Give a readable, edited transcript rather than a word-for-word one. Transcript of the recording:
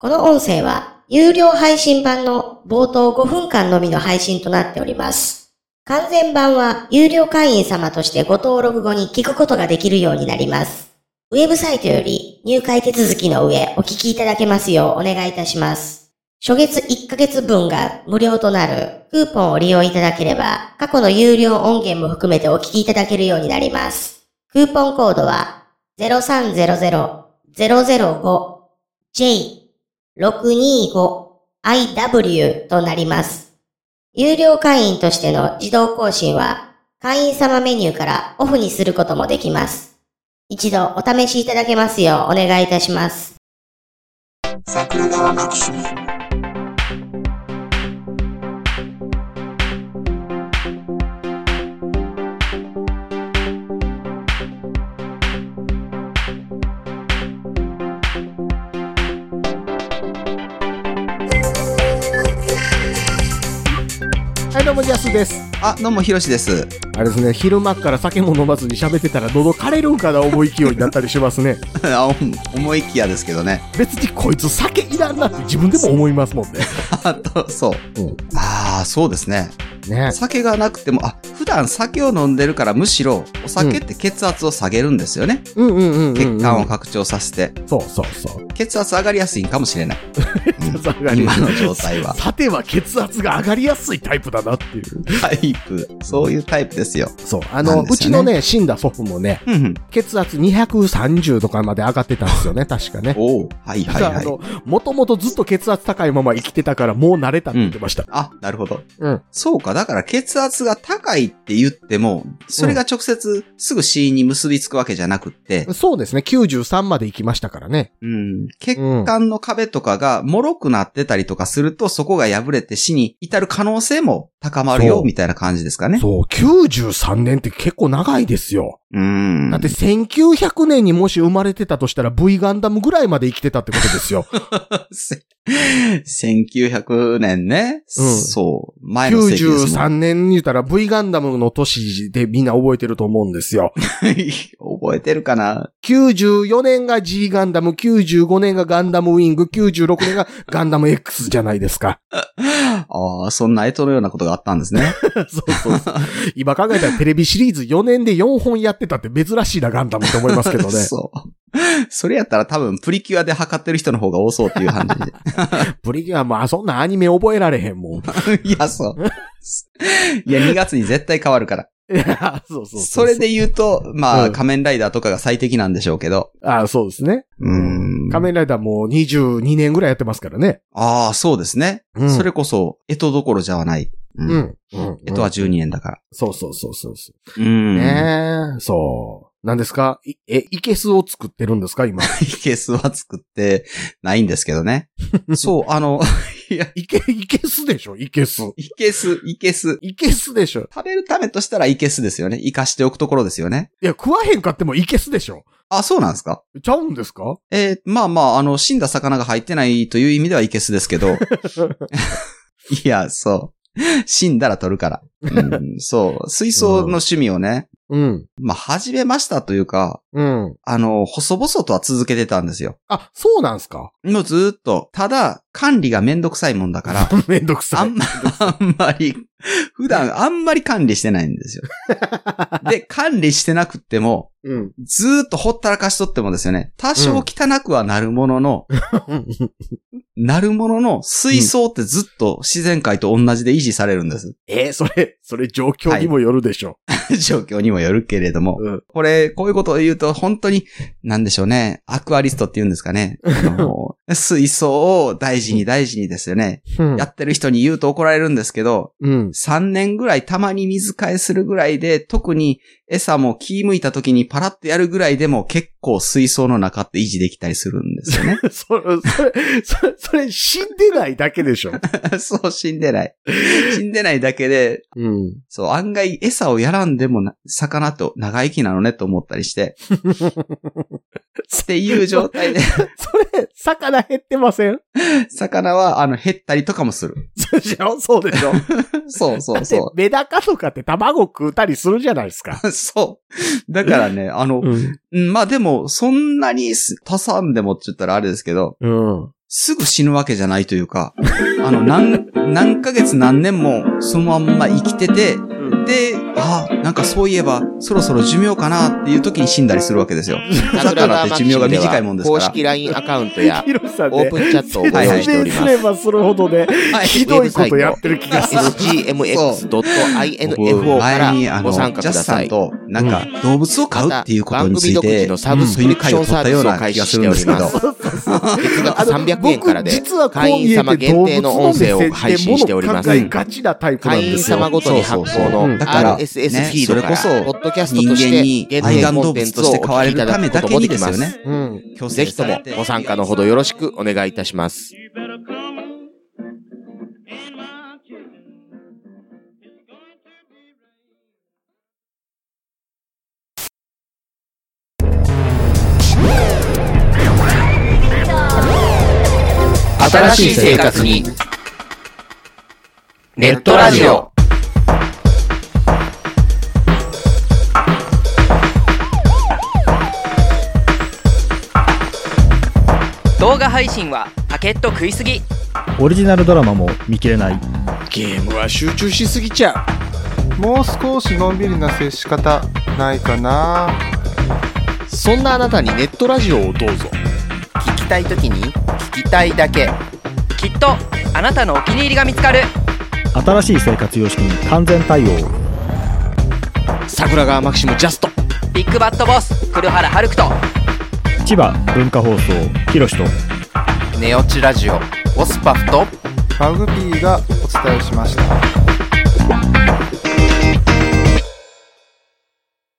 この音声は有料配信版の冒頭5分間のみの配信となっております。完全版は有料会員様としてご登録後に聞くことができるようになります。ウェブサイトより入会手続きの上お聞きいただけますようお願いいたします。初月1ヶ月分が無料となるクーポンを利用いただければ過去の有料音源も含めてお聞きいただけるようになります。クーポンコードは 0300-005J625IW となります。有料会員としての自動更新は会員様メニューからオフにすることもできます。一度お試しいただけますようお願いいたします。 桜川マキシム。 はい、どうもジャスです。 あ、どうもひろしです。 あれですね、昼間から酒も飲まずに喋ってたら喉枯れるんかな思い勢いになったりしますね。 思いきやですけどね。 別にこいつ酒いらんなって自分でも思いますもんね。 そう。そうですね。 ね。 酒がなくても、普段酒を飲んでるからむしろお酒って血圧を下げるんですよね。血管を拡張させて。 そう。 血圧上がりやすいんかもしれない。 今の状態は。 さては血圧が上がりやすいタイプだなっていう。 タイプ。そういうタイプですよ。 そう。うちのね、死んだ祖父もね、血圧230とかまで上がってたんですよね、確かね。 はい。 もともとずっと血圧高いまま生きてたからもう慣れたって言ってました。 なるほど。そうか。だから血圧が高いって言っても、それが直接すぐ死因に結びつくわけじゃなくって。 そうですね。93まで行きましたからね。 血管の壁とかが脆くなってたりとかすると、そこが破れて死に至る可能性も高まるよ、みたいな感じですかね。 そう、93年って結構長いですよ。だって1900年にもし生まれてたとしたら V ガンダムぐらいまで生きてたってことですよ。 1900年ね。そう。前の世紀ですね。 93年に言ったら V ガンダムの年でみんな覚えてると思うんですよ。 覚えてるかな ?94 年が G ガンダム、95年がガンダムウィング、96年がガンダム X じゃないですか。 そんな干支のようなことがあったんですね。 そう。今考えたらテレビシリーズ4年で4本やってたって珍しいなガンダムって思いますけどね。 そう。それやったら多分プリキュアで測ってる人の方が多そうっていう感じで。 プリキュアもそんなアニメ覚えられへんもん。 いや、そう。いや、2月に絶対変わるから。 そう。 それで言うと、仮面ライダーとかが最適なんでしょうけど。 そうですね。仮面ライダーも22年ぐらいやってますからね。 そうですね。それこそ、干支どころじゃない。干支は12年だから。 そう。ねえ、そう。何ですか？イケスを作ってるんですか今。 イケスは作ってないんですけどね。そう、いや、 イケスでしょイケス。 イケスでしょ。 食べるためとしたらイケスですよね。生かしておくところですよね。 いや、食わへんかってもイケスでしょ。 そうなんですか？ ちゃうんですか？ 死んだ魚が入ってないという意味ではイケスですけど。いや、そう。死んだら取るから。そう。水槽の趣味をね。始めましたというか。細々とは続けてたんですよ。 そうなんすか？ もうずーっと。ただ、管理がめんどくさいもんだから。 めんどくさい。 あんまり、普段あんまり管理してないんですよ。で、管理してなくっても、ずーっとほったらかしとってもですよね。多少汚くはなるものの、水槽ってずっと自然界と同じで維持されるんです。 それ状況にもよるでしょ。 状況にもよるけれども。こういうことを言うと本当に、なんでしょうね。アクアリストって言うんですかね。水槽を大事にですよね。やってる人に言うと怒られるんですけど、3年ぐらいたまに水替えするぐらいで、特に餌も気向いた時にパラッとやるぐらいでも結構水槽の中って維持できたりするんですよね。 それ死んでないだけでしょ。 そう、死んでない。死んでないだけで、そう、案外餌をやらんでも魚と長生きなのねと思ったりして。っていう状態で。 それ、魚減ってません？ 魚は、減ったりとかもする。 そうでしょそう。 だってメダカとかって卵食うたりするじゃないですか。 そう。だからね、でも、そんなに足さんでもって言ったらあれですけど、 すぐ死ぬわけじゃないというか、何ヶ月何年もそのまんま生きてて、で、なんかそういえば、そろそろ寿命かなっていう時に死んだりするわけですよ。だからって寿命が短いもんですから。 公式 LINE アカウントや、オープンチャットをご用意しております。 すればするほどね、ひどいことやってる気がする。 sgmx.info からご参加ください。 ジャスさんと、なんか、動物を飼うっていうことについて、 番組独自のサブスクリプションサービスを開始しております。月額300円からで、会員様限定の音声を配信しております。会員様ごとに発行の RSS フィードから、ポッドキャストとして限定コンテンツをお聞きいただくこともできます。ぜひともご参加のほどよろしくお願いいたします。新しい生活にネットラジオ。 動画配信はパケット食いすぎ。 オリジナルドラマも見切れない。 ゲームは集中しすぎちゃう。もう少しのんびりな接し方ないかな。 そんなあなたにネットラジオをどうぞ。聞きたいときに聞きたいだけ。 きっとあなたのお気に入りが見つかる。 新しい生活様式に完全対応。 桜川マキシムジャスト。 ビッグバットボス黒原遥人。 千葉文化放送ひろしとネオチラジオオスパフとマグピーがお伝えしました。